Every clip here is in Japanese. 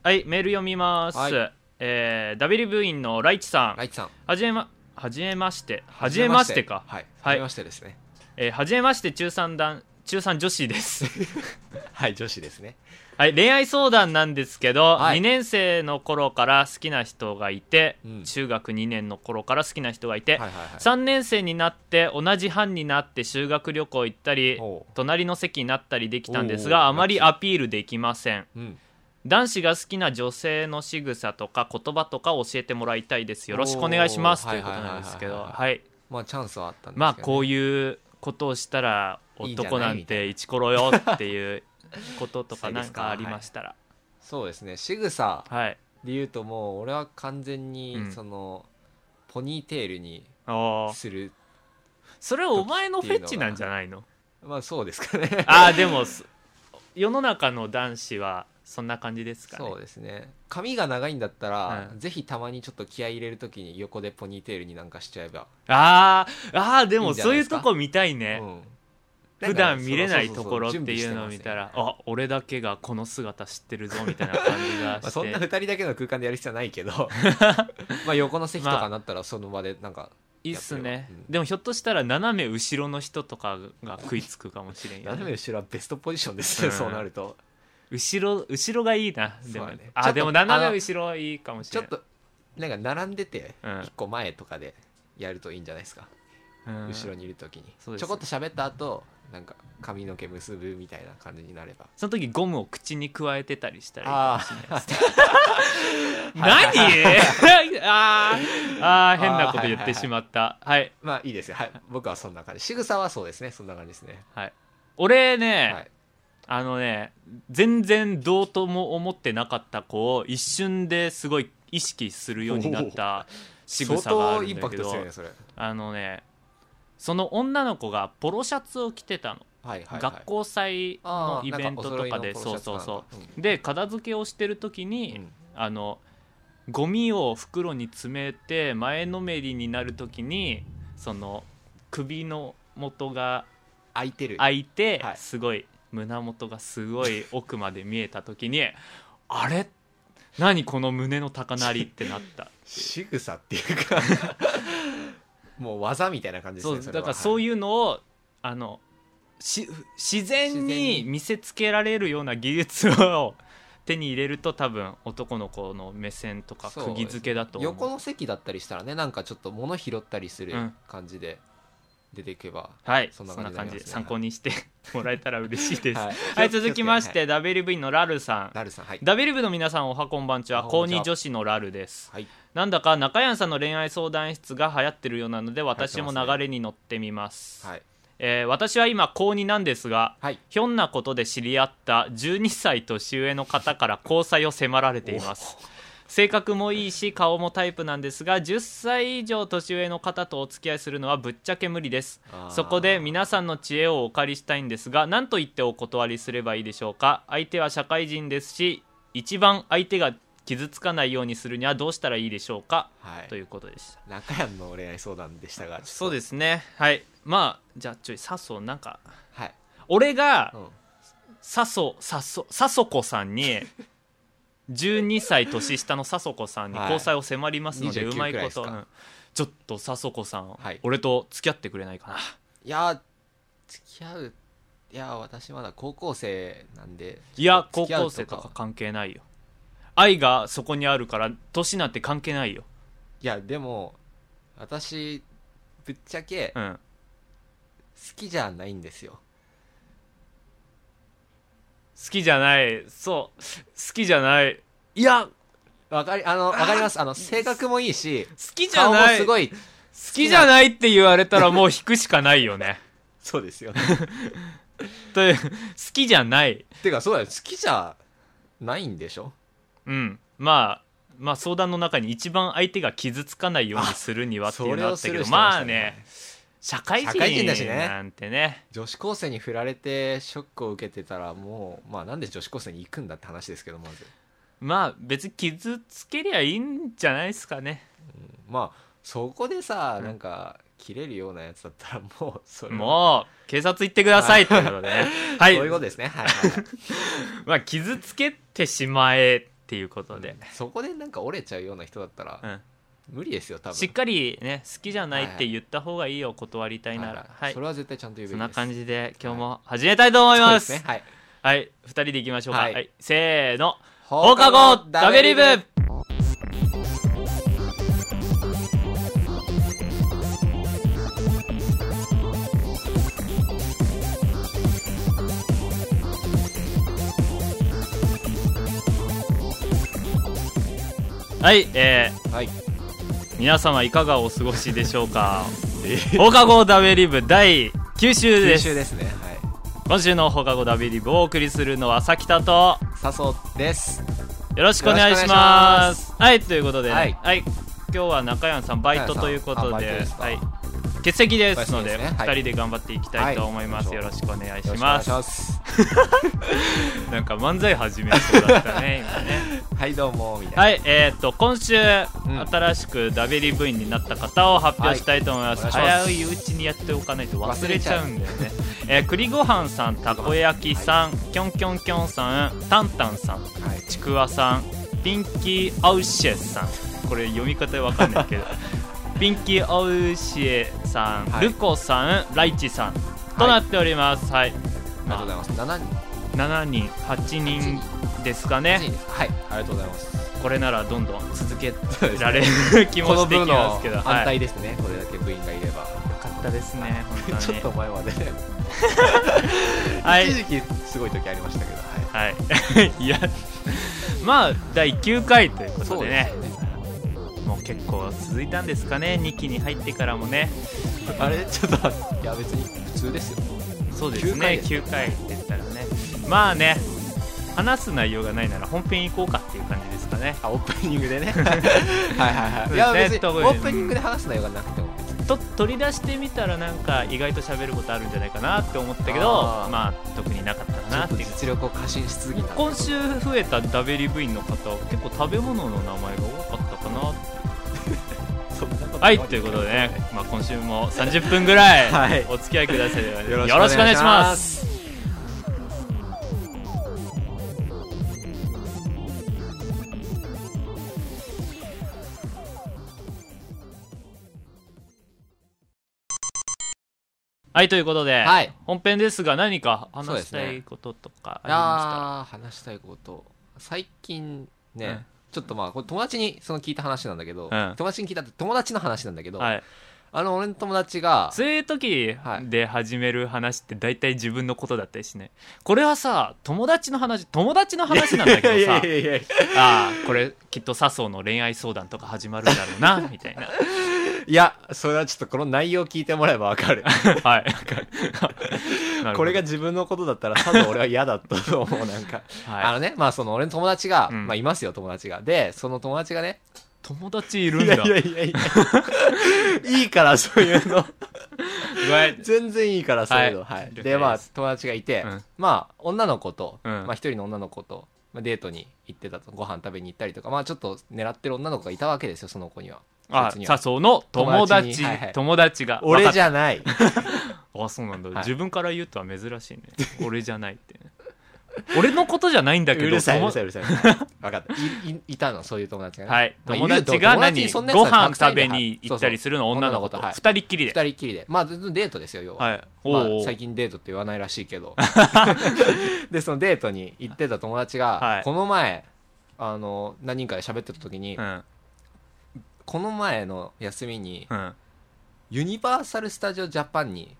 はい、メール読みます、 はい。 W 部員のライチさん、 ライチさん。 はじめましてか。 はい。ははい、 じめましてですね。 はじめまして、中3女子ですはい、女子ですね。 はい、恋愛相談なんですけど、 はい。 2年生の頃から好きな人がいて、 うん。 中学2年の頃から好きな人がいて、 はいはいはい。 3年生になって同じ班になって修学旅行行ったりおう。 隣の席になったりできたんですおうが、あまりラッアピールできません。 キー。うん。 男子が好きな女性の仕草とか言葉とか教えてもらいたいです。よろしくお願いします、 おーということなんですけど、 はいはいはいはいはい。 はい、 まあ、チャンスはあったんですけどね。 まあこういうことをしたらいいんじゃない男なんみたいなてイチコロよっていうこととかなんかありましたら、 そうですね。仕草はい、 で言うともう、俺は完全に、 うんポニーテールにおー、 する。 それお前のフェチなんじゃないの？ まあ、そうですかね。 ああ、でも世の中の男子はそんな感じですかね。 そうですね。髪が長いんだったら、 うんぜひたまにちょっと気合い入れるときに横でポニーテールになんかしちゃえば。 でもそういいんじゃないですか。 いうとこ見たいね。 うん。 普段見れないんかところっていうのを見たら、あ、俺だけがこの姿知ってるぞみたいな感じがまあ、 して、 そんな2人だけの空間でやる必要はないけどまあ横の席とかになったらその場でなんかいいっすね、 うん、 でもひょっとしたら斜め後ろの人とかが食いつくかもしれんよ、 斜めね、 後ろはベストポジションですね、そうなると後ろがいいな。でも、 そうだね、ちょっとでも斜め後ろはいいかもしれん。 ちょっとなんか並んでてうん 1個前とかでやるといいんじゃないですか、 うん後ろにいる時にそうですちょこっと喋った後なんか髪の毛結ぶみたいな感じになれば、 その時ゴムを口に加えてたりしたらいいかもしれないです。何変なこと言ってしまった。はい、 まあいいですよ、はい、僕はそんな感じ、仕草はそうですね、そんな感じですね。 はい、俺ね、 はい、 全然どうとも思ってなかった子を一瞬ですごい意識するようになった仕草があるんだけど、 相当インパクト強いねそれ。 その女の子がポロシャツを着てたの、 はいはいはい、 学校祭のイベントとかで、そうそうそう、で片付けをしてる時に、ゴミを袋に詰めて前のめりになる時にその首の元が開いてる、 開いて、 はい、 すごい胸元がすごい奥まで見えた時にあれ何この胸の高鳴りってなった仕草っていうかもう技みたいな感じですね。 そうだからそういうのを自然に見せつけられるような技術を手に入れると多分男の子の目線とか釘付けだと思う。 横の席だったりしたらね、なんかちょっと物拾ったりする感じで出ていけば、 はい、 そんな感じで参考にしてもらえたら嬉しいです。 はい、 はい、続きまして、はい、WV のラルさん。 ラルさん、はい、 WV の皆さんおはこんばんちは。高2女子のラルです、 はい、 なんだか中山さんの恋愛相談室が流行ってるようなので私も流れに乗ってみます。はい、私は今高2なんですが、はい、ひょんなことで知り合った12歳年上の方から交際を迫られています。性格もいいし顔もタイプなんですが10歳以上年上の方とお付き合いするのはぶっちゃけ無理です。そこで皆さんの知恵をお借りしたいんですが何と言ってお断りすればいいでしょうか。相手は社会人ですし一番相手が傷つかないようにするにはどうしたらいいでしょうか、はい、ということでした。 中山の恋愛相談でしたが、 そうですね、はい、まあじゃあ笹生なんか、 はい、 俺が、笹生子さんに12歳年下の笹子さんに交際を迫りますので、うまいこと、ちょっと笹子さん、はい、俺と付き合ってくれないかな。 いや付き合う、いや私まだ高校生なんで。 いや高校生とか関係ないよ。愛がそこにあるから年なんて関係ないよ。 いやでも私ぶっちゃけ、好きじゃないんですよ。 好きじゃない、そう好きじゃない。いやわかります性格もいいし好きじゃない、 顔もすごい好きじゃないって言われたらもう引くしかないよねそうですよねという好きじゃないてかそうだよ、好きじゃないんでしょ。 うん、まあ相談の中に一番相手が傷つかないようにするにはっていうのあったけど、まあね社会人だしね、なんてね、 女子高生に振られてショックを受けてたらもう、まあなんで女子高生に行くんだって話ですけど、 まあ別に傷つけりゃいいんじゃないですかね、 まあそこでさ、なんか切れるようなやつだったらもうそれもう警察行ってくださいということでねはい、 そういうことですね、はい、 まあ傷つけてしまえっていうことで、 そこでなんか折れちゃうような人だったら、無理ですよ多分。 しっかりね好きじゃないって言った方がいいよ、断りたいなら。 それは絶対ちゃんと言うべきです。 そんな感じで今日も始めたいと思います。 そうですね、 はい、2人でいきましょうか。せーの、放課後ダベリブ。はい、皆様いかがお過ごしでしょうか。放課後ダベリブ第9週です。 9週ですね。 今週の放課後ダベリブをお送りするのはさきたと笹生です。 よろしくお願いします。はい、ということで、今日は中山さんバイトということで、欠席ですので、2人で頑張っていきたいと思います。よろしくお願いします。なんか漫才始めそうだったね今ね。 はいどうもみたいな。今週、新しくダベリ部員になった方を発表したいと思います。早いうちにやっておかないと忘れちゃうんだよね。栗ごはんさん、たこ焼きさん、きょんきょんきょんさん、たんたんさん、ちくわさん、ピンキーアウシェさん、これ読み方わかんないけどピンキーアウシエさん、ルコさん、ライチさんとなっております。はい、 ありがとうございます。 7人8人ですかね。 はい、ありがとうございます。 これならどんどん続けられる気もしてきますけど、 反対ですね、これだけ部員がいれば。よかったですね、本当に。 ちょっと前まで一時期すごい時ありましたけど、 いやまあ第9回ということでね、もう結構続いたんですかね、2期に入ってからもね。 あれちょっと、いや別に普通ですよ。 そうですね、9回って言ったらね、まあね、話す内容がないなら本編行こうかっていう感じですかね。 オープニングでねいや別にオープニングで話す内容がなくても取り出してみたらなんか意外と喋ることあるんじゃないかなって思ったけど、まあ特になかったかなっていう。 実力を過信しすぎた。 今週増えたダベリ部員の方、結構食べ物の名前が多かったかなってはい、ということでね、今週も30分ぐらいお付き合いください。よろしくお願いします。はい、ということで、本編ですが何か話したいこととかありました？ 話したいこと、最近ね、ちょっとこれ友達に聞いた話なんだけど、友達に聞いたって友達の話なんだけど、俺の友達がそういう時で始める話って大体自分のことだったりしね。これはさ、友達の話なんだけどさこれきっと笹生の恋愛相談とか始まるんだろうなみたいな。 いや、それはちょっとこの内容聞いてもらえば分かる。 はいこれが自分のことだったら多分俺は嫌だと思う。なんか、俺の友達が、いますよ、友達が。で、その友達がね、 友達いるんだ。 いやいいからそういうの全然いいからそういうの。で友達がいて、女の子と一人の女の子とデートに行ってたと、ご飯食べに行ったりとか、ちょっと狙ってる女の子がいたわけですよ、その子には。 笹生の友達が。 俺じゃない。 そうなんだ。自分から言うとは珍しいね。俺じゃないってね。俺のことじゃないんだけど。 うるさい。分かった。いたの、そういう友達がね。 友達がご飯食べに行ったりするの、女の子と二人っきりで。 デートですよ、要は。最近デートって言わないらしいけど。で、そのデートに行ってた友達が、この前何人かで喋ってた時に、この前の休みに、ユニバーサル・スタジオ・ジャパンに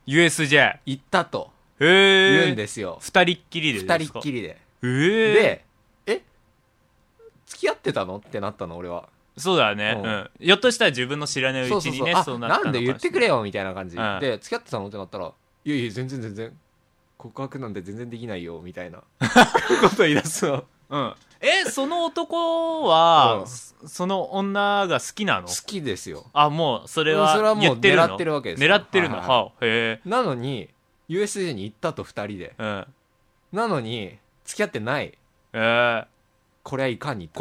USJ 行ったと言うんですよ。 二人っきりでですか？ 二人っきりで。で、付き合ってたのってなったの、俺は。 そうだね。ひょっとしたら自分の知らないうちにね、そうなったのかもしれない。 なんで言ってくれよみたいな感じで、付き合ってたのってなったら、いや全然告白なんて全然できないよみたいなこと言い出すの。 その男は、その女が好きなの？ 好きですよ。 もうそれは言ってるの？ 狙ってるわけです。 狙ってるの。 なのに USJ に行ったと2人で、なのに付き合ってない。これはいかに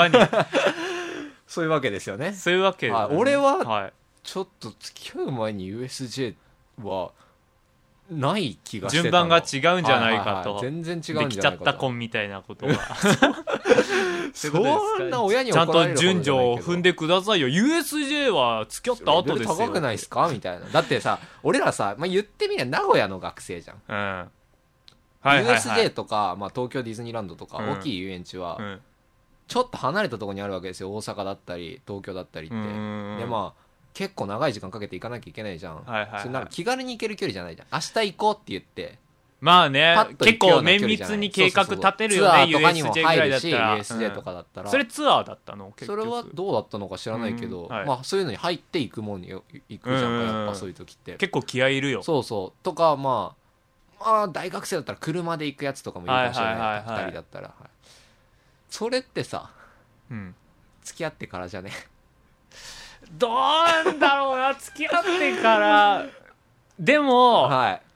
そういうわけですよね。 そういうわけ。 俺はちょっと付き合う前に USJ はない気がしてたの。 順番が違うんじゃないかと。 全然違うんじゃないかと。 できちゃった婚みたいなことがそんな親に怒られるほどじゃないけど、 ちゃんと順序を踏んでくださいよ。 USJ は付き合った後ですよ。 高くないですかみたいな。だってさ俺らさ、言ってみりゃ名古屋の学生じゃん、USJ とか、東京ディズニーランドとか、大きい遊園地は、ちょっと離れたところにあるわけですよ。大阪だったり東京だったりって。で結構長い時間かけて行かなきゃいけないじゃん、それなんか気軽に行ける距離じゃないじゃん。明日行こうって言って結構綿密に計画立てるよね。 ツアーとかにも入るし USJ とかだったら、 それツアーだったの？結局それはどうだったのか知らないけど、そういうのに入っていくもんに行くじゃんか、やっぱそういう時って結構気合いいるよ。 そうとか大学生だったら車で行くやつとかもいるかもしれない、2人だったら、それってさ、付き合ってからじゃね？ どうなんだろうな、付き合ってからでも、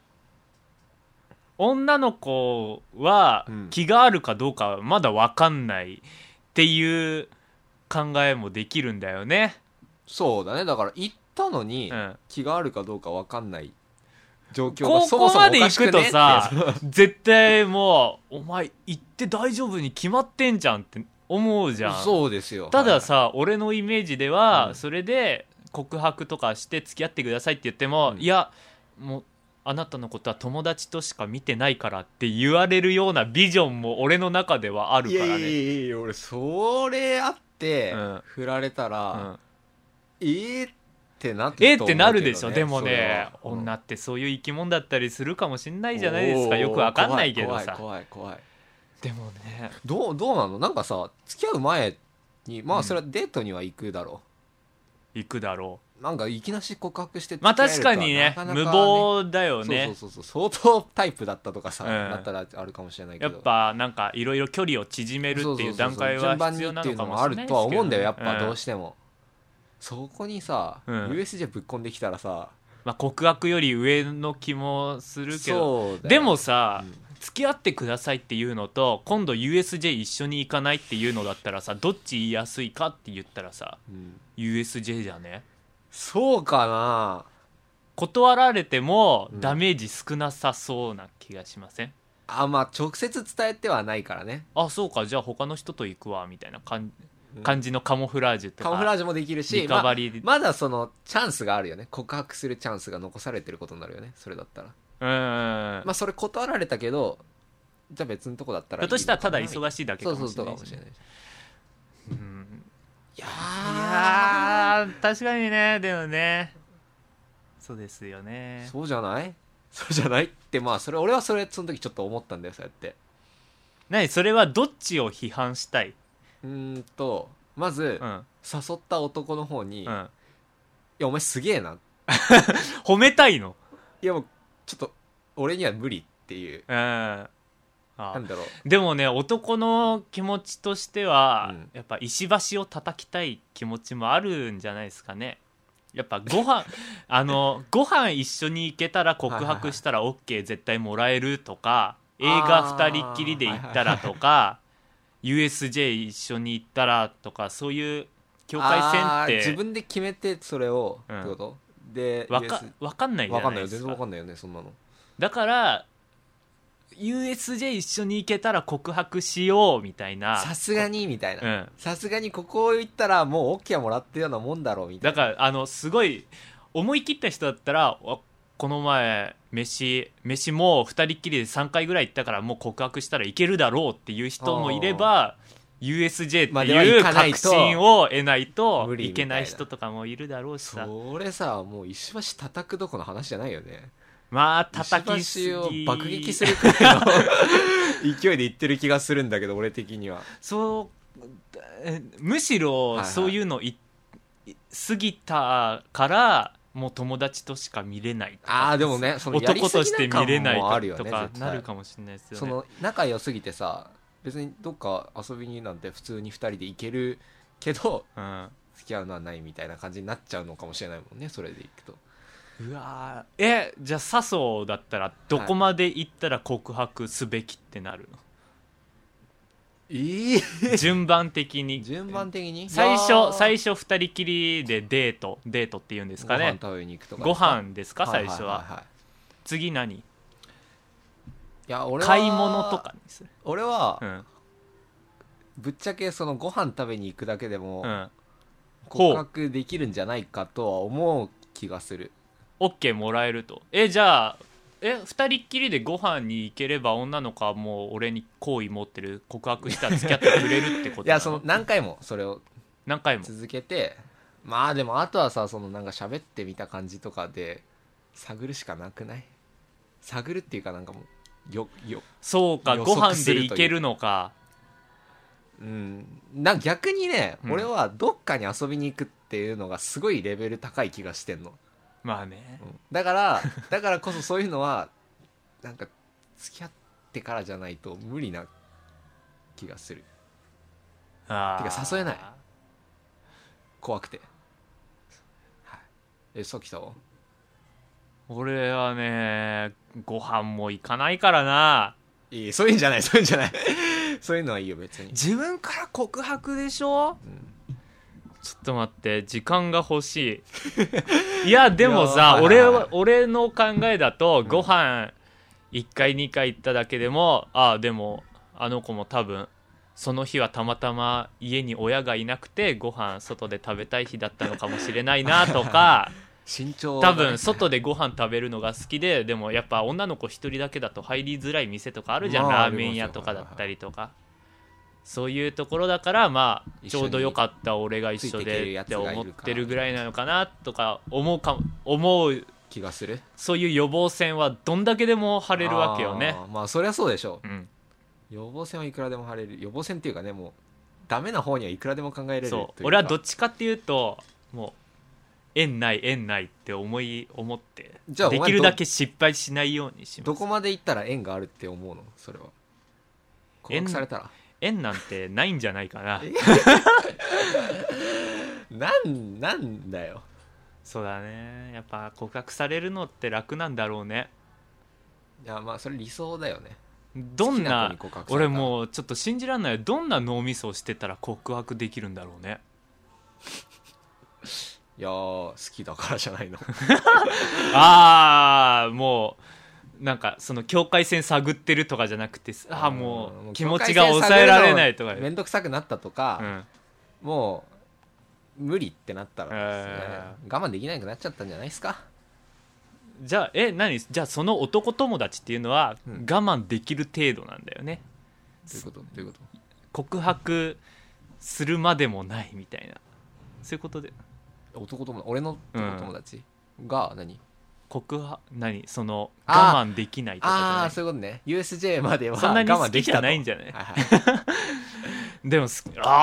女の子は気があるかどうかはまだ分かんないっていう考えもできるんだよね。 そうだね。だから行ったのに気があるかどうか分かんない状況がそもそもおかしくねって。ここまで行くとさ絶対もうお前行って大丈夫に決まってんじゃんって思うじゃん。 そうですよ。 たださ、俺のイメージでは、それで告白とかして付き合ってくださいって言っても、いやもうあなたのことは友達としか見てないからって言われるようなビジョンも俺の中ではあるからね。 いや俺それあって、振られたら、ってなってってなるでしょ。でもね、女ってそういう生き物だったりするかもしんないじゃないですか。よくわかんないけどさ。 怖いでもね、 どうなの？なんかさ、付き合う前にそれはデートには行くだろう。行くだろう。 なんかいきなし告白して確かにね、無謀だよね。 そう相当タイプだったとかさ、だったらあるかもしれないけど、 やっぱなんかいろいろ距離を縮めるっていう段階は必要なのかもしれないですけどね。順番にっていうのもあるとは思うんだよ、やっぱどうしても。そこにさ、USJ ぶっこんできたらさ、 告白より上の気もするけど、でもさ、付き合ってくださいっていうのと今度 USJ 一緒に行かないっていうのだったらさ、どっち言いやすいかって言ったらさ、USJ じゃね？ そうかな。 断られてもダメージ少なさそうな気がしません？ 直接伝えてはないからね。 そうか、じゃあ他の人と行くわみたいな感じのカモフラージュとか、 カモフラージュもできるし、 リカバリーまだそのチャンスがあるよね。告白するチャンスが残されてることになるよね、それだったら。それ断られたけど、じゃあ別のとこだったらいいのかな。 ひょっとしたらただ忙しいだけかもしれない。 そうかもしれない。 いや確かにね。でもね、そうですよね。 そうじゃないってそれ俺はその時ちょっと思ったんだよ、そうやって。 それはどっちを批判したい？ まず、誘った男の方に、いやお前すげえな褒めたいの？ いやもうちょっと俺には無理っていう、なんだろう。 でもね、男の気持ちとしては、やっぱ石橋を叩きたい気持ちもあるんじゃないですかね。やっぱご飯ご飯一緒に行けたら告白したら OK 絶対もらえるとか、映画2人っきりで行ったらとか、USJ 一緒に行ったらとか、そういう境界線って自分で決めてそれを、ってことで分かんないじゃないですか。 全然分かんないよね、そんなの。 だから USJ 一緒に行けたら告白しようみたいな、 さすがにみたいな、さすがにここ行ったらもう OK はもらってるようなもんだろうみたいな。 だからすごい思い切った人だったら、この前飯もう2人っきりで3回ぐらい行ったからもう告白したらいけるだろうっていう人もいれば、USJ っていう確信を得ないといけない人とかもいるだろうしさ。 それさ、もう石橋叩くどこの話じゃないよね。 叩きすぎ、 石橋を爆撃するくらいの勢いで言ってる気がするんだけど、俺的には。 むしろそういうの過ぎたからもう友達としか見れないとか、 でもね、そのやりすぎな感もあるよね、 男として見れないとかなるかもしれないですよね。 その仲良すぎてさ、別にどっか遊びになんて普通に2人で行けるけど、付き合うのはないみたいな感じになっちゃうのかもしれないもんね、それでいくと。 じゃあ笹生だったらどこまで行ったら告白すべきってなるの？順番的に最初2人きりでデートっていうんですかね。 ご飯食べに行くとかご飯ですか、最初は。次何？ いや俺は買い物とかにする。 俺は、 ぶっちゃけそのご飯食べに行くだけでも告白できるんじゃないかとは思う気がする。 OK もらえると。じゃあ二人っきりでご飯に行ければ女の子はもう俺に好意持ってる、告白したら付き合ってくれるってことなの？ いやその何回もそれを何回も続けて、まあでもあとはさ、そのなんか喋ってみた感じとかで探るしかなくない？探るっていうかなんかもうそうか、ご飯で行けるのか。 逆にね、俺はどっかに遊びに行くっていうのがすごいレベル高い気がしてんの。 まあね、 だからこそそういうのはなんか付き合ってからじゃないと無理な気がする。てか誘えない、怖くて。さきさは？ 俺はね、ご飯も行かないからな。 そういうんじゃないそういうのはいいよ別に。 自分から告白でしょ、ちょっと待って、時間が欲しい。いやでもさ、俺の考えだと、ご飯1回2回行っただけでも、でもあの子も多分その日はたまたま家に親がいなくてご飯外で食べたい日だったのかもしれないなとか慎重、 多分外でご飯食べるのが好きで、でもやっぱ女の子一人だけだと入りづらい店とかあるじゃん、ラーメン屋とかだったりとか、そういうところだから、まあちょうどよかった俺が一緒でって思ってるぐらいなのかなとか思う気がする。 そういう予防線はどんだけでも張れるわけよね。 まあそりゃそうでしょう、予防線はいくらでも張れる。予防線っていうかね、もうダメな方にはいくらでも考えれるというか。 俺はどっちかっていうと、もう縁ないって思って、じゃあできるだけ失敗しないようにします。 どこまで行ったら縁があるって思うの？それは告白されたら縁なんてないんじゃないかな。 なんだよ。 そうだね、やっぱ告白されるのって楽なんだろうね。 いやまあそれ理想だよね。 どんな、俺もうちょっと信じらんない。どんな脳みそをしてたら告白できるんだろうね。 いや好きだからじゃないの。 もうなんかその境界線探ってるとかじゃなくて、もう気持ちが抑えられないとか、 面倒くさくなったとか、もう無理ってなったらですね、我慢できなくなっちゃったんじゃないですか。 じゃあじゃあその男友達っていうのは我慢できる程度なんだよね。 どういうこと？ 告白するまでもないみたいな、そういうことで。 俺の男友達がその我慢できないとかじゃない？ そういうことね。 USJ まではそんなに好きじゃないんじゃない？でも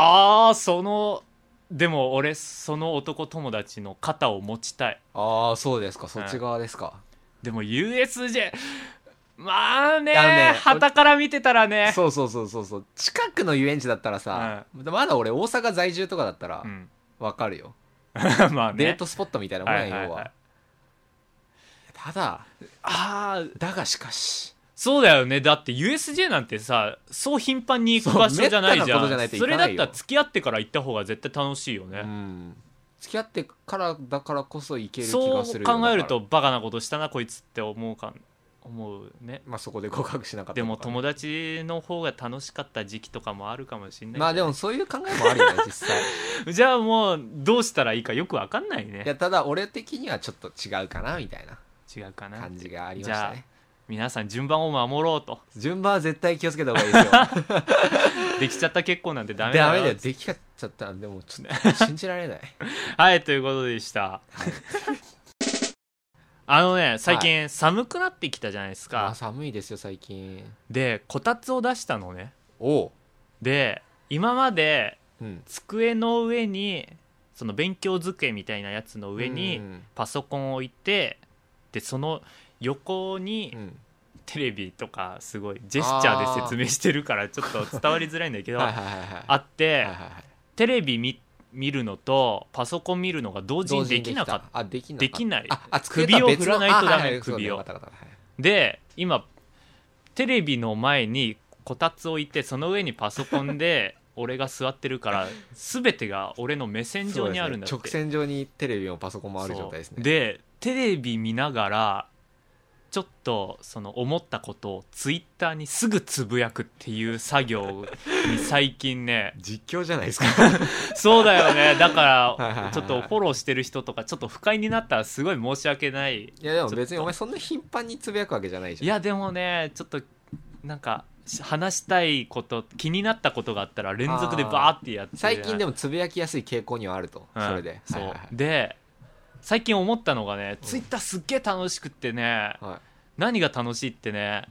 でも俺その男友達の肩を持ちたい。 そうですか、そっち側ですか。 でも USJ まあね、旗から見てたらね。 そう近くの遊園地だったらさ、まだ俺大阪在住とかだったらわかるよ。 まあね、 デートスポットみたいなもんや、要は。ただだがしかしそうだよね。だって USJ なんてさ、そう頻繁に行く場所じゃないじゃん。それだったら付き合ってから行った方が絶対楽しいよね。 付き合ってからだからこそ行ける気がするよ。 そう考えるとバカなことしたなこいつって思うね。 まあそこで告白しなかった、 でも友達の方が楽しかった時期とかもあるかもしれない。 まあでもそういう考えもあるよね実際。 じゃあもうどうしたらいいかよく分かんないね。 いやただ俺的にはちょっと違うかなみたいな感じがありましたね。 じゃあ皆さん順番を守ろうと。 順番は絶対気をつけた方がいいですよ。 できちゃった結婚なんてダメだよ。 できちゃったらでもちょっと信じられない。 はいということでした。最近寒くなってきたじゃないですか。 寒いですよ最近。 でこたつを出したのね。 おで今まで机の上にその勉強机みたいなやつの上にパソコンを置いて、でその横にテレビとかすごいジェスチャーで説明してるからちょっと伝わりづらいんだけどあって、テレビ見るのとパソコン見るのが同時にできなかった。できない。首を振らないとダメ。首を。で今テレビの前にこたつ置いてその上にパソコンで俺が座ってるから全てが俺の目線上にあるんだって。 直線上にテレビもパソコンもある状態ですね。 でテレビ見ながらちょっとその思ったことをツイッターにすぐつぶやくっていう作業に最近ね実況じゃないですかそうだよね。だからちょっとフォローしてる人とかちょっと不快になったらすごい申し訳ない。 いやでも別にお前そんな頻繁につぶやくわけじゃないじゃん。 いやでもねちょっとなんか話したいこと気になったことがあったら連続でバーってやって、 最近でもつぶやきやすい傾向にはあると、それで、 そう、で最近思ったのがね、ツイッターすっげえ楽しくってね、何が楽しいってね、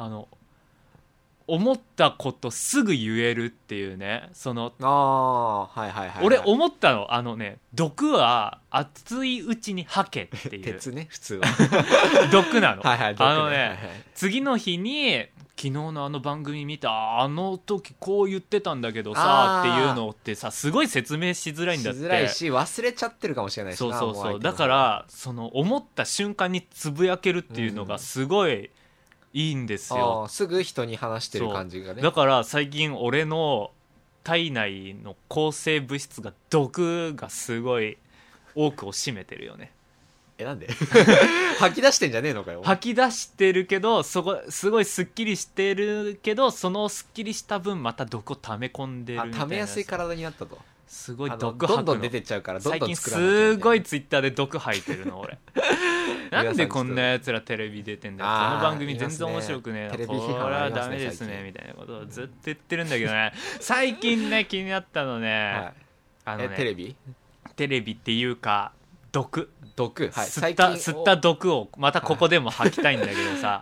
思ったことすぐ言えるっていうね、その俺思ったの毒は熱いうちに吐けっていう鉄ね普通は毒なの次の日に昨日のあの番組見たあの時こう言ってたんだけどさっていうのってさすごい説明しづらいんだって。 しづらいし忘れちゃってるかもしれないしな。 そうだからその思った瞬間につぶやけるっていうのがすごいいいんですよ。 すぐ人に話してる感じがね。 だから最近俺の体内の抗生物質が毒がすごい多くを占めてるよね。 なんで吐き出してんじゃねえのかよ。 吐き出してるけどそこすごいすっきりしてるけどそのすっきりした分また毒を溜め込んでるみたいな。 溜めやすい体になったと。 すごい毒吐くの。 どんどん出てっちゃうからどんどん作らなきゃ。 最近すごいツイッターで毒吐いてるの俺なんでこんなやつらテレビ出てんだよ、この番組全然面白くねえ、これはダメですねみたいなことをずっと言ってるんだけどね最近ね気になったのね、 テレビっていうか毒、吸吸った毒をまたここでも吐きたいんだけどさ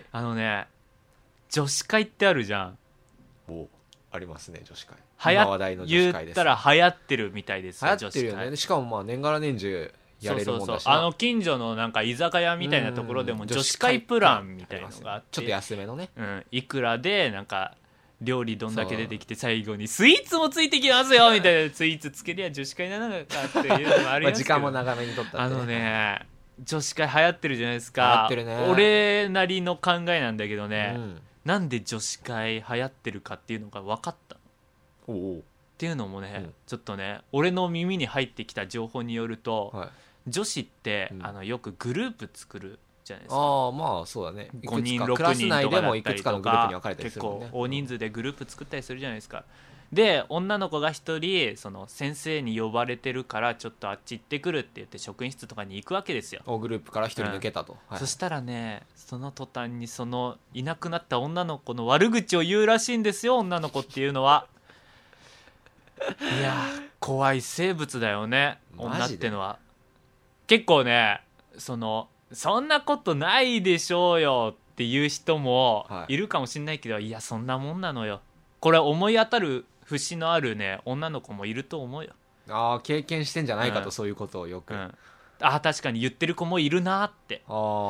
女子会ってあるじゃん。 ありますね女子会。 言ったら流行ってるみたいですよ。 流行ってるよね。しかもまあ年がら年中やれるもんだし、 近所のなんか居酒屋みたいなところでも女子会プランみたいなのがあって、 ちょっと安めのね、 いくらでなんか料理どんだけ出てきて最後にスイーツもついてきますよみたいな、スイーツつけりゃ女子会なのかっていうのもありますけど時間も長めにとったって女子会流行ってるじゃないですか。流行ってるね。俺なりの考えなんだけどね、なんで女子会流行ってるかっていうのが分かったっていうのもね、ちょっとね俺の耳に入ってきた情報によると、女子って、よくグループ作るじゃないですか。 まあそうだね。 5人6人とかだったりとか結構大人数でグループ作ったりするじゃないですか。で女の子が一人その先生に呼ばれてるからちょっとあっち行ってくるって言って職員室とかに行くわけですよ。 グループから一人抜けたと、 そしたらねその途端にそのいなくなった女の子の悪口を言うらしいんですよ。女の子っていうのはいや怖い生物だよね女ってのは。結構ねそんなことないでしょうよっていう人もいるかもしれないけど、いやそんなもんなのよ。これ思い当たる節のあるね女の子もいると思うよ。 経験してんじゃないかと、そういうことをよく、 確かに言ってる子もいるなって。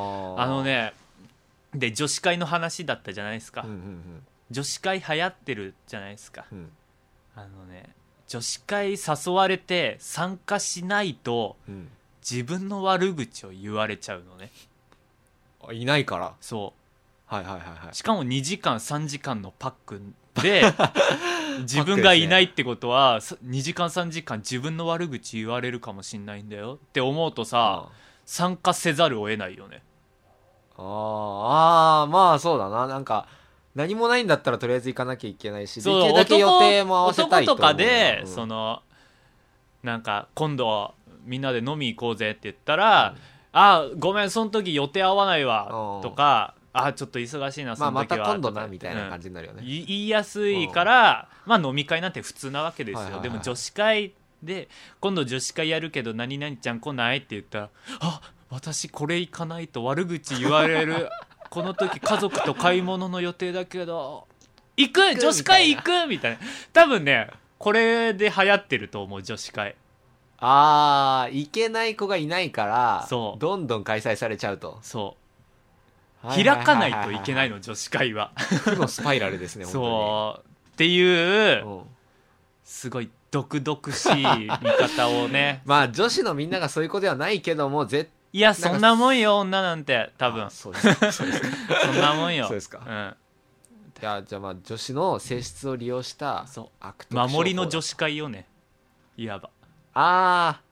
で女子会の話だったじゃないですか、女子会流行ってるじゃないですか、女子会誘われて参加しないと、自分の悪口を言われちゃうのね。 いないから。 しかも2時間3時間のパックで自分がいないってことは2時間3時間自分の悪口言われるかもしんないんだよって思うとさ、参加せざるを得ないよね。 まあそうだな。なんか何もないんだったらとりあえず行かなきゃいけないし、できるだけ予定も合わせたいと思う。 男とかで、なんか今度みんなで飲み行こうぜって言ったら、ごめんその時予定合わないわとか、ちょっと忙しいなその時は、 また今度なみたいな感じになるよね、 言いやすいから、飲み会なんて普通なわけですよ、でも女子会で今度女子会やるけど何々ちゃん来ないって言ったら、私これ行かないと悪口言われるこの時家族と買い物の予定だけど行く女子会行くみたいな。多分ねこれで流行ってると思う女子会。 行けない子がいないからどんどん開催されちゃうと。 開かないといけないの女子会は。 負のスパイラルですね。 そうっていうすごい毒々しい見方をね女子のみんながそういう子ではないけどもいやそんなもんよ女なんて多分。 そうですかそんなもんよ。 そうですか。じゃあ女子の性質を利用した守りの女子会よねいわば。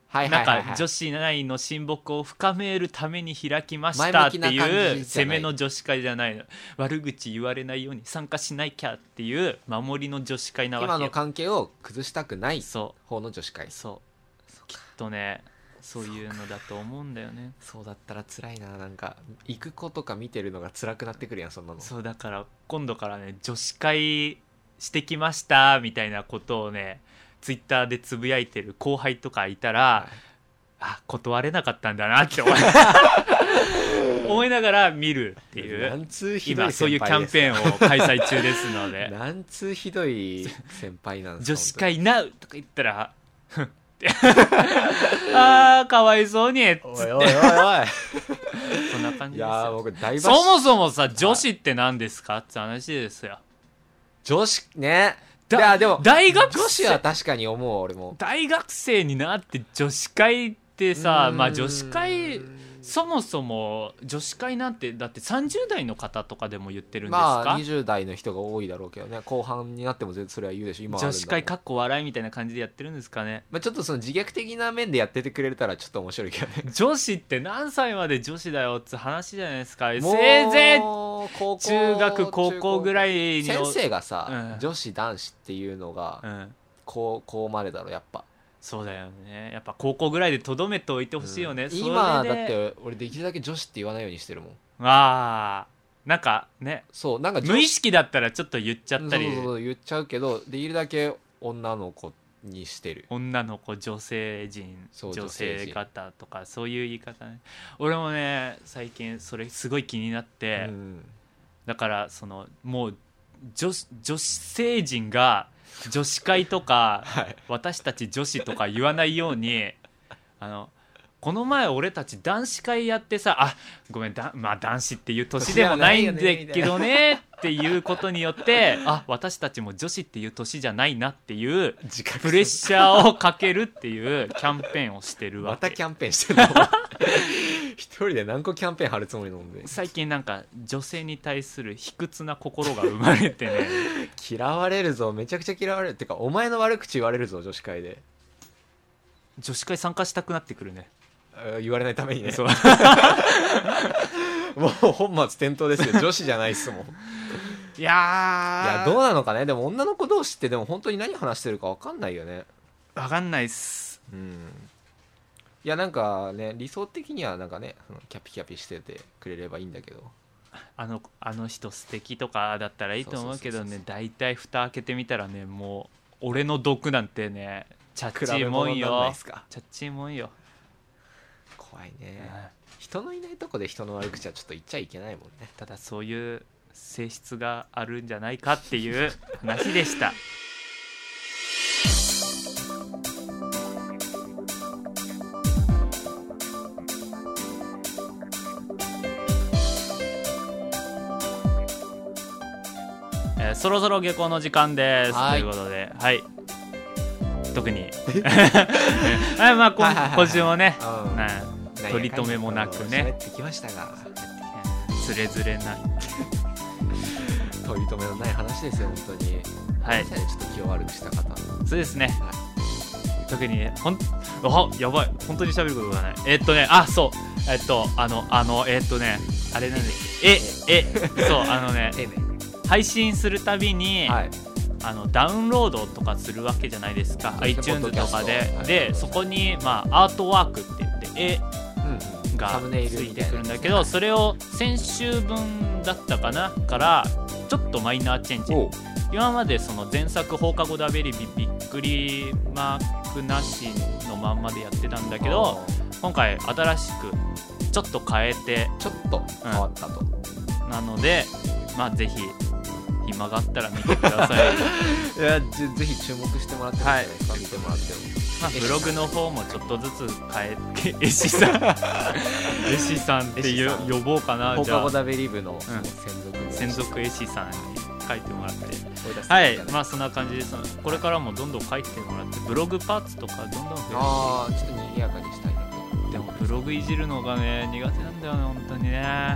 なんか女子内の親睦を深めるために開きましたっていう攻めの女子会じゃないの。悪口言われないように参加しなきゃっていう守りの女子会なわけよ。 今の関係を崩したくない方の女子会。 そうきっとねそういうのだと思うんだよね。 そうだったら辛いな。なんか行く子とか見てるのが辛くなってくるやんそんなの。 そうだから今度からね女子会してきましたみたいなことをねツイッターでつぶやいてる後輩とかいたら、断れなかったんだなって思いながら見るっていう今そういうキャンペーンを開催中ですのでなんつうひどい先輩なんですか。 女子会なうとか言ったらふんってあーかわいそうにっつっておいおいおいおいそんな感じですよ。いや僕大そもそもさ女子って何ですかって話ですよ。 女子ね。いやでも大学生女子は確かに思う。俺も大学生になって女子会ってさ、まあ女子会そもそも女子会なんてだって30代の方とかでも言ってるんですか。 まあ20代の人が多いだろうけどね。後半になってもそれは言うでしょ。今は女子会かっこ笑いみたいな感じでやってるんですかね。 まあ、ちょっとその自虐的な面でやっててくれたらちょっと面白いけどね。 女子って何歳まで女子だよって話じゃないですか。せいぜい中学高校ぐらいの先生がさ、女子男子っていうのが、高校までだろやっぱ。 そうだよね。やっぱ高校ぐらいでとどめておいてほしいよね、 今だって俺できるだけ女子って言わないようにしてるもん。 なんかね、 そうなんか無意識だったらちょっと言っちゃったり、 そう言っちゃうけどできるだけ女の子にしてる。 女の子女性陣女性方とかそういう言い方ね。俺もね最近それすごい気になって、だからそのもう女性陣が女子会とか、私たち女子とか言わないようにこの前俺たち男子会やってさごめんまあ男子っていう年でもないんだけどねっていうことによって私たちも女子っていう年じゃないなっていうプレッシャーをかけるっていうキャンペーンをしてるわけ。 またキャンペーンしてるの一人で何個キャンペーン張るつもりなんで。 最近なんか女性に対する卑屈な心が生まれてね嫌われるぞ。めちゃくちゃ嫌われるってかお前の悪口言われるぞ女子会で。 女子会参加したくなってくるね。 言われないためにね。そうもう本末転倒ですよ。女子じゃないっすもん。いやどうなのかね。でも女の子同士ってでも本当に何話してるか分かんないよね。 分かんないっす。 いやなんかね理想的にはなんかねキャピキャピしててくれればいいんだけど、 あの人素敵とかだったらいいと思うけどね、大体蓋開けてみたらねもう俺の毒なんてねチャッチーもんよ。チャッチーもんよ。 怖いね、人のいないとこで人の悪口はちょっと言っちゃいけないもんね。 ただそういう性質があるんじゃないかっていう話でしたそろそろ下校の時間です、ということで特にまあ今週もね、取り留めもなくね喋ってきましたがつれづれない取り留めのない話ですよ本当に。ちょっと気を悪くした方。 そうですね、特にやばい本当に喋ることがない。そうあれなんですそう配信するたびに、ダウンロードとかするわけじゃないですか、iTunes とかで、でそこに、アートワークって言って絵がついてくるんだけど、それを先週分だったかなからちょっとマイナーチェンジ。今までその前作放課後ダベリビびっくりマークなしのまんまでやってたんだけど、今回新しくちょっと変えてちょっと変わったと、 なのでぜひ暇があったら見てくださいいやぜひ注目してもらってもいいじゃないですか、見てもらっても。 ブログの方もちょっとずつ変えて絵師さん絵師さんって呼ぼうかな。 放課後ダベリブの専属絵師さんに書いてもらって、そんな感じです。これからもどんどん書いてもらってブログパーツとかどんどん増えて、 ちょっと賑やかにしたいなと。 でもブログいじるのがね苦手なんだよね本当にね。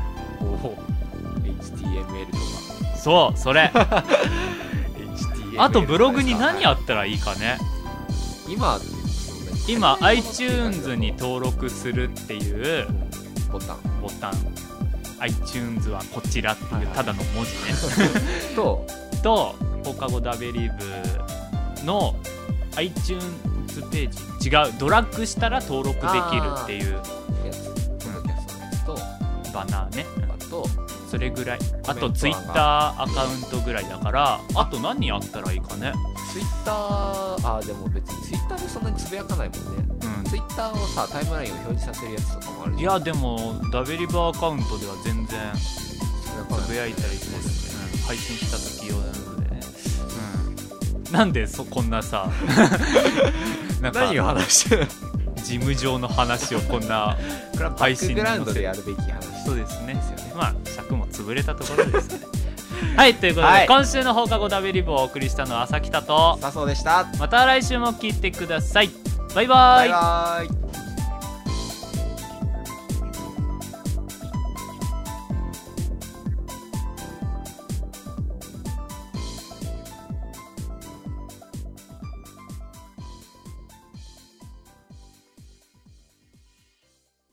HTML とかそうそれあとブログに何あったらいいかね。 今今 iTunes に登録するっていうボタン iTunes はこちらっていうただの文字ねと放課後ダベリブの iTunes ページ違うドラッグしたら登録できるっていうやつとバナーね、あとそれぐらい、あと Twitter アカウントぐらいだから、あと何あったらいいかね。 Twitter でも別に Twitter でそんなにつぶやかないもんね。Twitter をさタイムラインを表示させるやつとかもあるじゃん。 いやでもダベリバーアカウントでは全然つぶやいたりする、配信した時用なのでね、なんでこんなさなんか何を話してる事務上の話をこんな配信に載せバックグラウンドでやるべき話。 そうですね。まあ尺も潰れたところですねはい、ということで、今週の放課後ダベリブをお送りしたのは朝北と笹生でした。 また来週も聞いてください。バイバイ。 バイバイ。